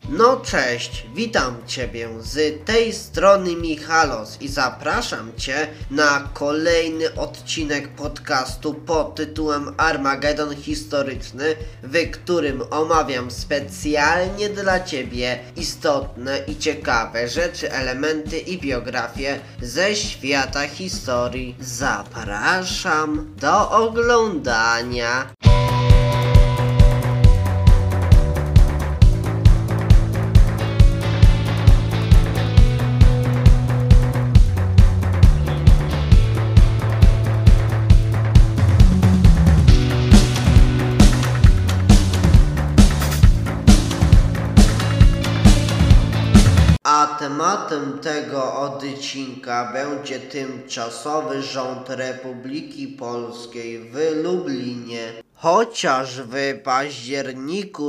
No cześć, witam Ciebie z tej strony Michalos i zapraszam Cię na kolejny odcinek podcastu pod tytułem Armagedon Historyczny, w którym omawiam specjalnie dla Ciebie istotne i ciekawe rzeczy, elementy i biografie ze świata historii. Zapraszam do oglądania. A tematem tego odcinka będzie tymczasowy rząd Republiki Polskiej w Lublinie. Chociaż w październiku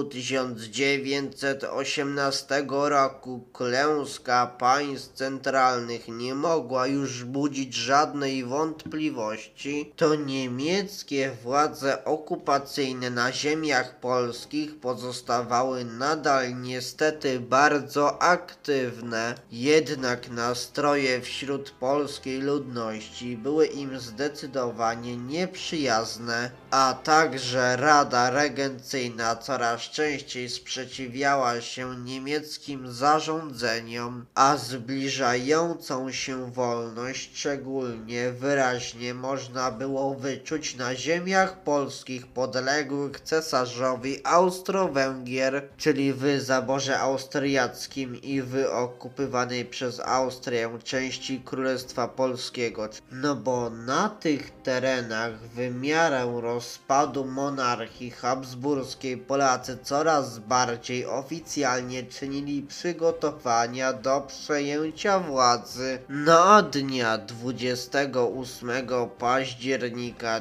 1918 roku klęska państw centralnych nie mogła już budzić żadnej wątpliwości, to niemieckie władze okupacyjne na ziemiach polskich pozostawały nadal niestety bardzo aktywne. Jednak nastroje wśród polskiej ludności były im zdecydowanie nieprzyjazne, a także Rada Regencyjna coraz częściej sprzeciwiała się niemieckim zarządzeniom, a zbliżającą się wolność szczególnie wyraźnie można było wyczuć na ziemiach polskich podległych cesarzowi Austro-Węgier, czyli w zaborze austriackim i w okupowanej przez Austrię części Królestwa Polskiego. No bo na tych terenach w miarę rozpadu monarchii habsburskiej Polacy coraz bardziej oficjalnie czynili przygotowania do przejęcia władzy. No dnia 28 października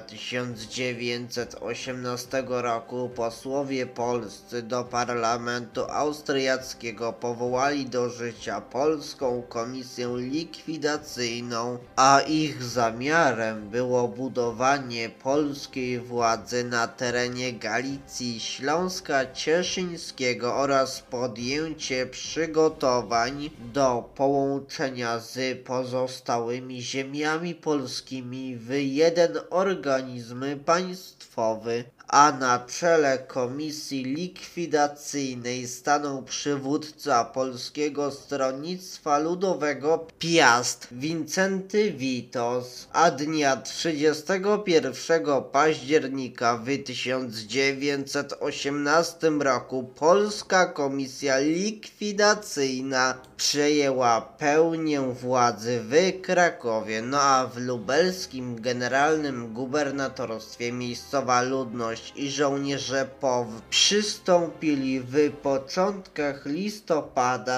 1918 roku posłowie polscy do parlamentu austriackiego powołali do życia Polską Komisję Likwidacyjną, a ich zamiarem było budowanie polskiej władzy na terenie Galicji, Śląska Cieszyńskiego oraz podjęcie przygotowań do połączenia z pozostałymi ziemiami polskimi w jeden organizm państwowy. A na czele Komisji Likwidacyjnej stanął przywódca Polskiego Stronnictwa Ludowego Piast Wincenty Witos, a dnia 31 października w 1918 roku Polska Komisja Likwidacyjna przejęła pełnię władzy w Krakowie, no a w lubelskim generalnym gubernatorstwie miejscowa ludność i żołnierze POW przystąpili w początkach listopada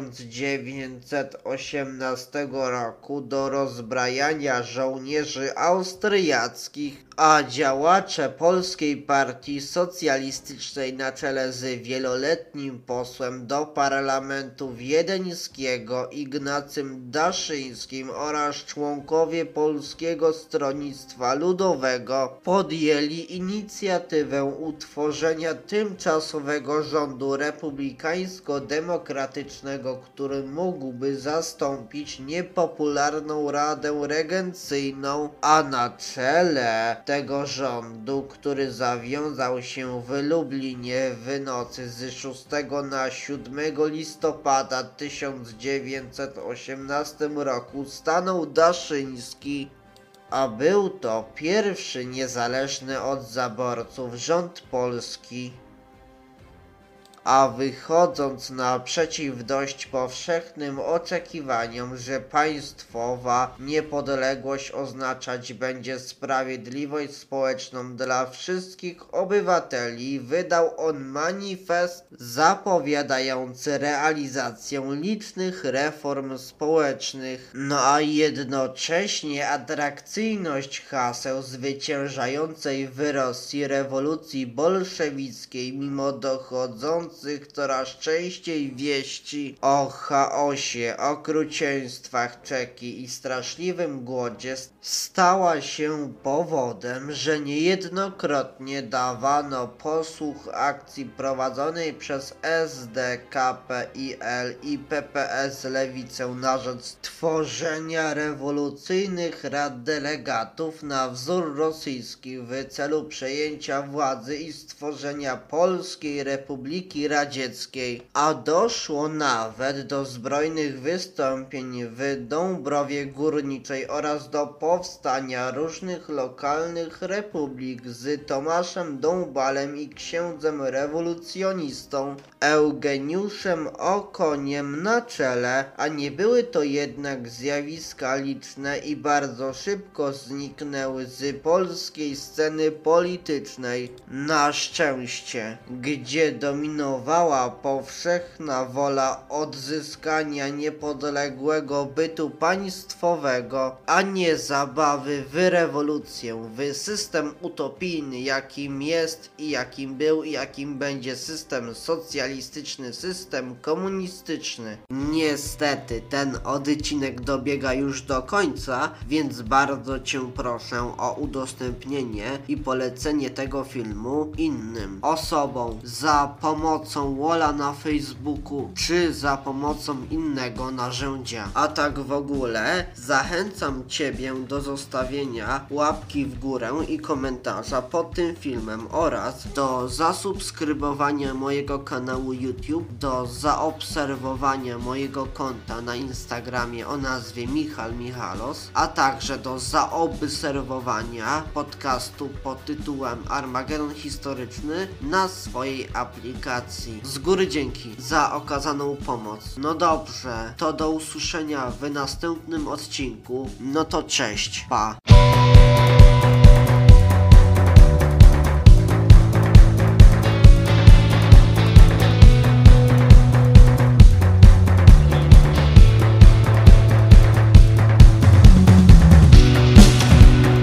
1918 roku do rozbrajania żołnierzy austriackich, a działacze Polskiej Partii Socjalistycznej na czele z wieloletnim posłem do Parlamentu Wiedeńskiego Ignacym Daszyńskim oraz członkowie Polskiego Stronnictwa Ludowego podjęli inicjatywę utworzenia tymczasowego rządu republikańsko-demokratycznego, który mógłby zastąpić niepopularną Radę Regencyjną, a na czele tego rządu, który zawiązał się w Lublinie w nocy z 6 na 7 listopada 1918 roku stanął Daszyński, a był to pierwszy niezależny od zaborców rząd polski. A wychodząc naprzeciw dość powszechnym oczekiwaniom, że państwowa niepodległość oznaczać będzie sprawiedliwość społeczną dla wszystkich obywateli, wydał on manifest zapowiadający realizację licznych reform społecznych, no a jednocześnie atrakcyjność haseł zwyciężającej w Rosji rewolucji bolszewickiej mimo dochodzącej płynących coraz częściej wieści o chaosie, okrucieństwach Czeki i straszliwym głodzie stała się powodem, że niejednokrotnie dawano posłuch akcji prowadzonej przez SD, KPIL i PPS Lewicę na rzecz tworzenia rewolucyjnych rad delegatów na wzór rosyjski w celu przejęcia władzy i stworzenia Polskiej Republiki Radzieckiej, a doszło nawet do zbrojnych wystąpień w Dąbrowie Górniczej oraz do powstania różnych lokalnych republik z Tomaszem Dąbalem i księdzem rewolucjonistą Eugeniuszem Okoniem na czele, a nie były to jednak zjawiska liczne i bardzo szybko zniknęły z polskiej sceny politycznej. Na szczęście, gdzie dominowała powszechna wola odzyskania niepodległego bytu państwowego, a nie zabawy w rewolucję, w system utopijny, jakim jest i jakim był i jakim będzie system socjalistyczny, system komunistyczny. Niestety ten odcinek dobiega już do końca, więc bardzo Cię proszę o udostępnienie i polecenie tego filmu innym osobom za pomocą walla na Facebooku czy za pomocą innego narzędzia. A tak w ogóle zachęcam Ciebie do zostawienia łapki w górę i komentarza pod tym filmem oraz do zasubskrybowania mojego kanału YouTube, do zaobserwowania mojego konta na Instagramie o nazwie Michal Michalos, a także do zaobserwowania podcastu pod tytułem Armagedon Historyczny na swojej aplikacji. Z góry dzięki za okazaną pomoc. No dobrze, to do usłyszenia w następnym odcinku. No to cześć, pa!